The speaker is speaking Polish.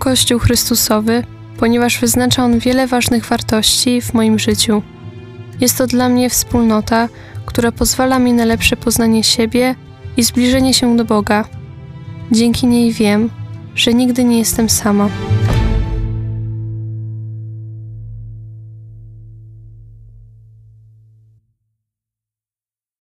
Kościół Chrystusowy, ponieważ wyznacza on wiele ważnych wartości w moim życiu. Jest to dla mnie wspólnota, która pozwala mi na lepsze poznanie siebie i zbliżenie się do Boga. Dzięki niej wiem, że nigdy nie jestem sama.